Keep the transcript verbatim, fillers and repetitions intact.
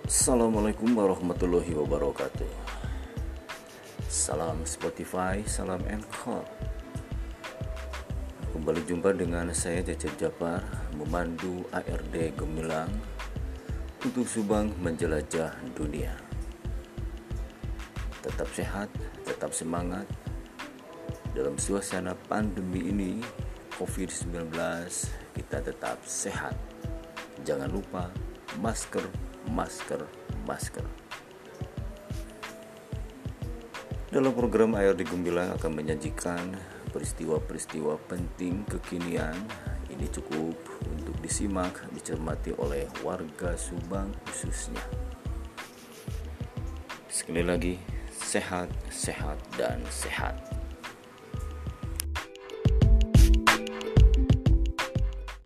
Assalamualaikum warahmatullahi wabarakatuh. Salam Spotify, salam Anchor. Kembali jumpa dengan saya Cecep Japar, memandu A R D Gemilang untuk Subang menjelajah dunia. Tetap sehat, tetap semangat dalam suasana pandemi ini covid sembilan belas. Kita tetap sehat. Jangan lupa masker, masker, masker. Dalam program A R D Gemilang akan menyajikan peristiwa-peristiwa penting kekinian. Ini cukup untuk disimak, dicermati oleh warga Subang khususnya. Sekali lagi, sehat, sehat, dan sehat.